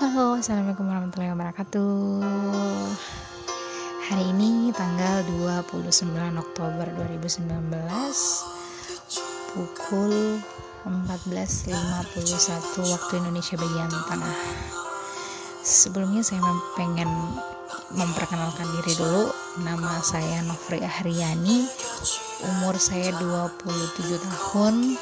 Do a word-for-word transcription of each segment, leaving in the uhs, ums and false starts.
Halo, assalamualaikum warahmatullahi wabarakatuh. Hari ini tanggal dua puluh sembilan Oktober dua ribu sembilan belas pukul empat belas lima puluh satu waktu Indonesia bagian tengah. Sebelumnya saya pengen memperkenalkan diri dulu. Nama saya Nofri Ahriyani, umur saya dua puluh tujuh tahun.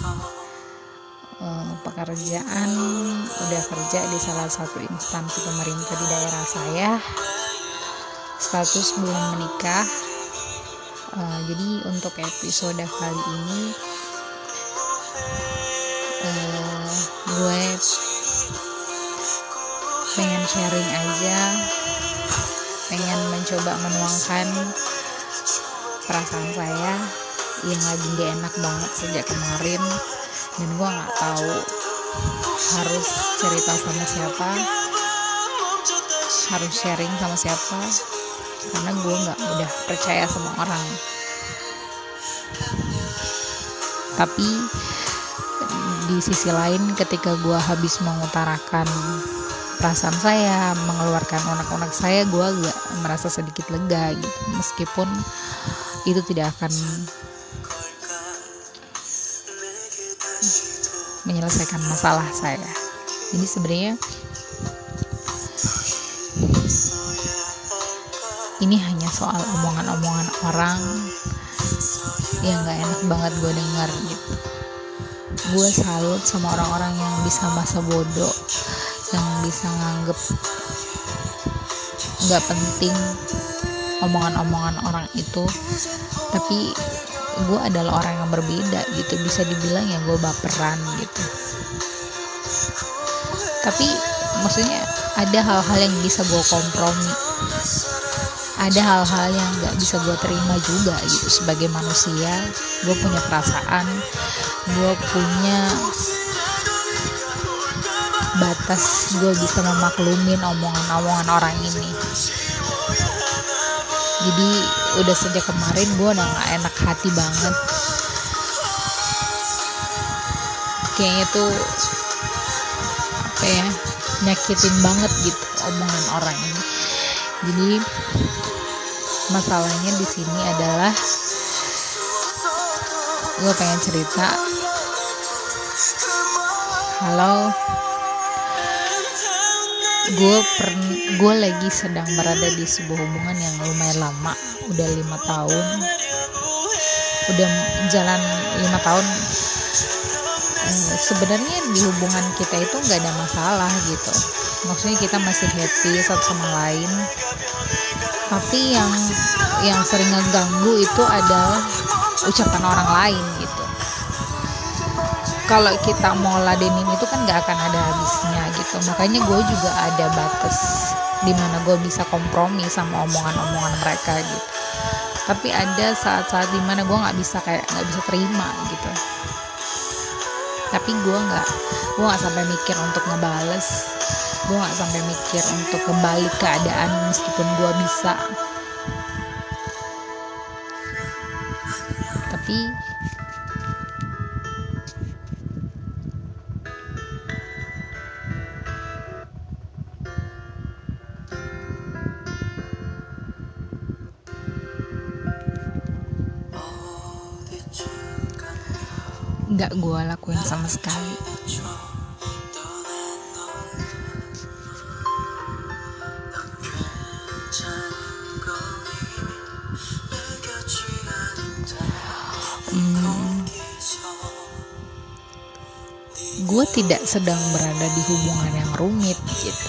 Uh, pekerjaan udah kerja di salah satu instansi pemerintah di daerah saya. Status belum menikah. Uh, jadi untuk episode kali ini uh, gue pengen sharing aja, pengen mencoba menuangkan perasaan saya yang lagi gak enak banget sejak kemarin. Dan gue gak tahu harus cerita sama siapa, harus sharing sama siapa, karena gue gak mudah percaya sama orang. Tapi di sisi lain, ketika gue habis mengutarakan perasaan saya, mengeluarkan unek-unek saya, gue agak merasa sedikit lega gitu, meskipun itu tidak akan menyelesaikan masalah saya. Jadi sebenarnya ini hanya soal omongan-omongan orang yang gak enak banget gue dengar gitu. Gue salut sama orang-orang yang bisa masa bodoh, yang bisa nganggep gak penting omongan-omongan orang itu. Tapi gue adalah orang yang berbeda gitu, bisa dibilang ya gue baperan gitu. Tapi maksudnya ada hal-hal yang bisa gue kompromi, ada hal-hal yang gak bisa gue terima juga gitu. Sebagai manusia, gue punya perasaan, gue punya batas, gue bisa memaklumin omongan-omongan orang ini. Jadi udah sejak kemarin gue udah gak enak hati banget. Kayaknya tuh apa ya, nyakitin banget gitu omongan orang ini. Jadi masalahnya di sini adalah gue pengen cerita. Halo, gue per gue lagi sedang berada di sebuah hubungan yang lumayan lama, udah lima tahun, udah jalan lima tahun. Eh, sebenarnya di hubungan kita itu nggak ada masalah gitu, maksudnya kita masih happy satu sama lain. Tapi yang yang sering ngeganggu itu adalah ucapan orang lain gitu. Kalau kita mau ladenin itu kan gak akan ada habisnya gitu. Makanya gue juga ada batas dimana gue bisa kompromi sama omongan-omongan mereka gitu. Tapi ada saat-saat dimana gue gak bisa kayak gak bisa terima gitu. Tapi gue gak gue gak sampai mikir untuk ngebales, gue gak sampai mikir untuk kembali keadaan meskipun gue bisa. Tapi nggak gue lakuin sama sekali. Hmm, gue tidak sedang berada di hubungan yang rumit gitu,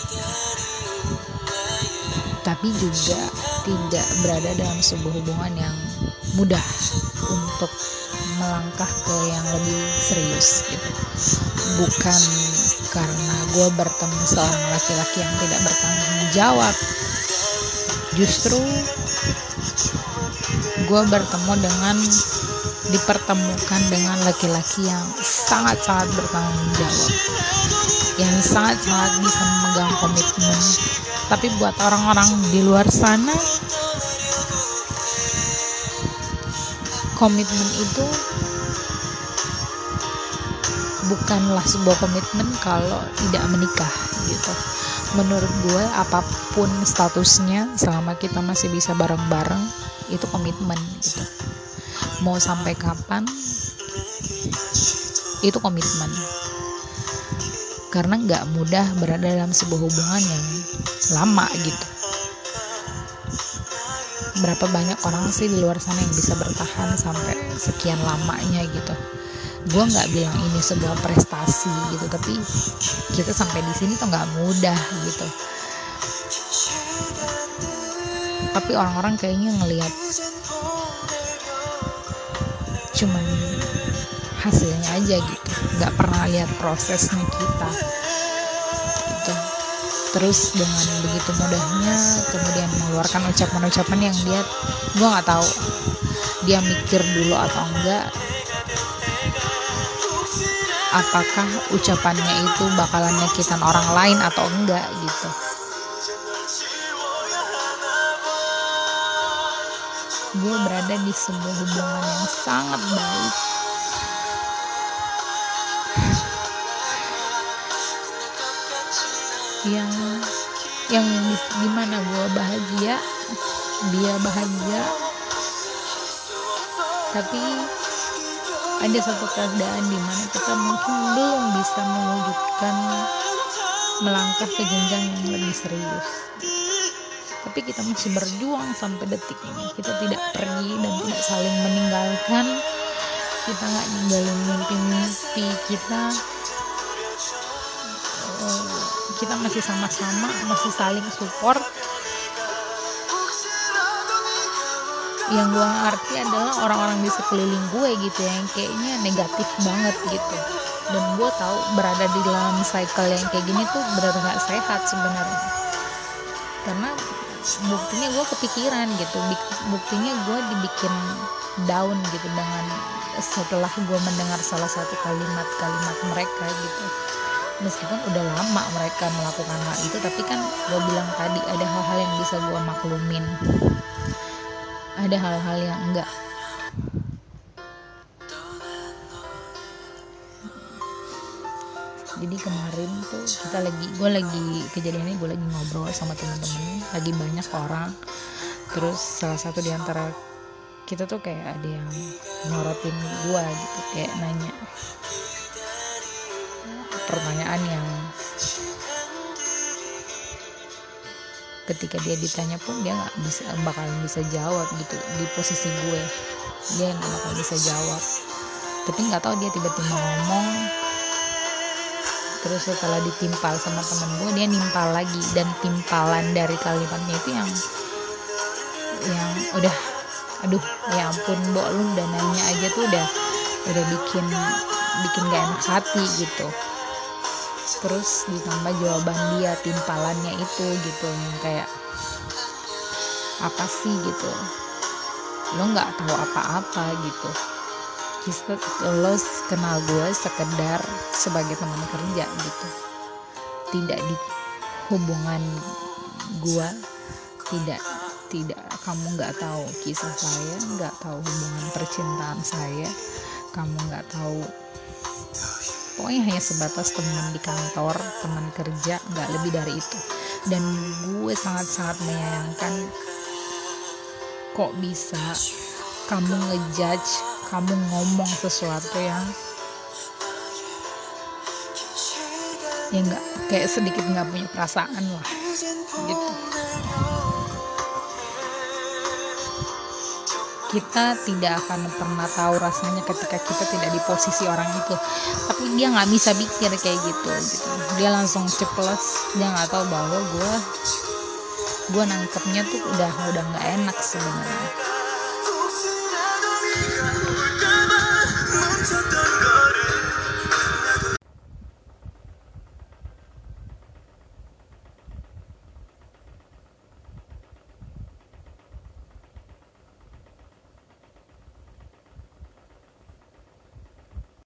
tapi juga tidak berada dalam sebuah hubungan yang mudah untuk melangkah ke yang lebih serius gitu. Bukan karena gue bertemu seorang laki-laki yang tidak bertanggung jawab, justru gue bertemu dengan dipertemukan dengan laki-laki yang sangat-sangat bertanggung jawab, yang sangat-sangat bisa memegang komitmen. Tapi buat orang-orang di luar sana, komitmen itu bukanlah sebuah komitmen kalau tidak menikah gitu. Menurut gue apapun statusnya, selama kita masih bisa bareng-bareng, itu komitmen gitu. Mau sampai kapan itu komitmen, karena nggak mudah berada dalam sebuah hubungan yang lama gitu. Berapa banyak orang sih di luar sana yang bisa bertahan sampai sekian lamanya gitu. Gue nggak bilang ini sebuah prestasi gitu, tapi kita sampai di sini tuh nggak mudah gitu. Tapi orang-orang kayaknya ngelihat cuman hasilnya aja gitu, nggak pernah lihat prosesnya kita gitu. Terus dengan begitu mudahnya kemudian mengeluarkan ucapan-ucapan yang dia, gue nggak tahu dia mikir dulu atau enggak, apakah ucapannya itu bakalan nyakitin orang lain atau enggak gitu. Gue berada di sebuah hubungan yang sangat baik, yang yang dimana gue bahagia, dia bahagia, tapi ada satu keadaan dimana kita mungkin belum bisa mewujudkan melangkah ke jenjang yang lebih serius, tapi kita masih berjuang sampai detik ini. Kita tidak pergi dan tidak saling meninggalkan, kita nggak ninggalin mimpi-mimpi kita. Kita masih sama-sama, masih saling support. Yang gue ngerti adalah orang-orang di sekeliling gue gitu yang kayaknya negatif banget gitu. Dan gue tahu berada di dalam cycle yang kayak gini tuh benar gak sehat sebenarnya. Karena buktinya gue kepikiran gitu, buktinya gue dibikin down gitu dengan setelah gue mendengar salah satu kalimat-kalimat mereka gitu. Meskipun udah lama mereka melakukan hal itu, tapi kan gue bilang tadi ada hal-hal yang bisa gue maklumin, ada hal-hal yang enggak. Jadi kemarin tuh kita lagi, gue lagi kejadiannya gue lagi ngobrol sama teman-teman, lagi banyak orang, terus salah satu di antara kita tuh kayak ada yang nyorotin gue gitu, kayak nanya pertanyaan yang ketika dia ditanya pun dia nggak bisa bakalan bisa jawab gitu. Di posisi gue dia nggak bakal bisa jawab, tapi nggak tahu dia tiba-tiba ngomong, terus setelah ditimpal sama temen gue dia nimpal lagi, dan timpalan dari kalimatnya itu yang yang udah aduh ya ampun Bo, lu udah nanya aja tuh udah udah bikin bikin gak enak hati gitu. Terus ditambah jawaban dia, timpalannya itu gitu yang kayak apa sih gitu, lo nggak tahu apa-apa gitu. Kita, lo kenal gue sekedar sebagai teman kerja gitu, tidak di hubungan gue, tidak tidak kamu nggak tahu kisah saya, nggak tahu hubungan percintaan saya, kamu nggak tahu. Pokoknya hanya sebatas teman di kantor, teman kerja, gak lebih dari itu. Dan gue sangat-sangat menyayangkan kok bisa kamu ngejudge, kamu ngomong sesuatu yang ya gak, kayak sedikit gak punya perasaan lah gitu. Kita tidak akan pernah tahu rasanya ketika kita tidak di posisi orang itu, tapi dia nggak bisa pikir kayak gitu, gitu. Dia langsung ceplos, dia nggak tahu bahwa gue gue nangkepnya tuh udah udah nggak enak sebenarnya.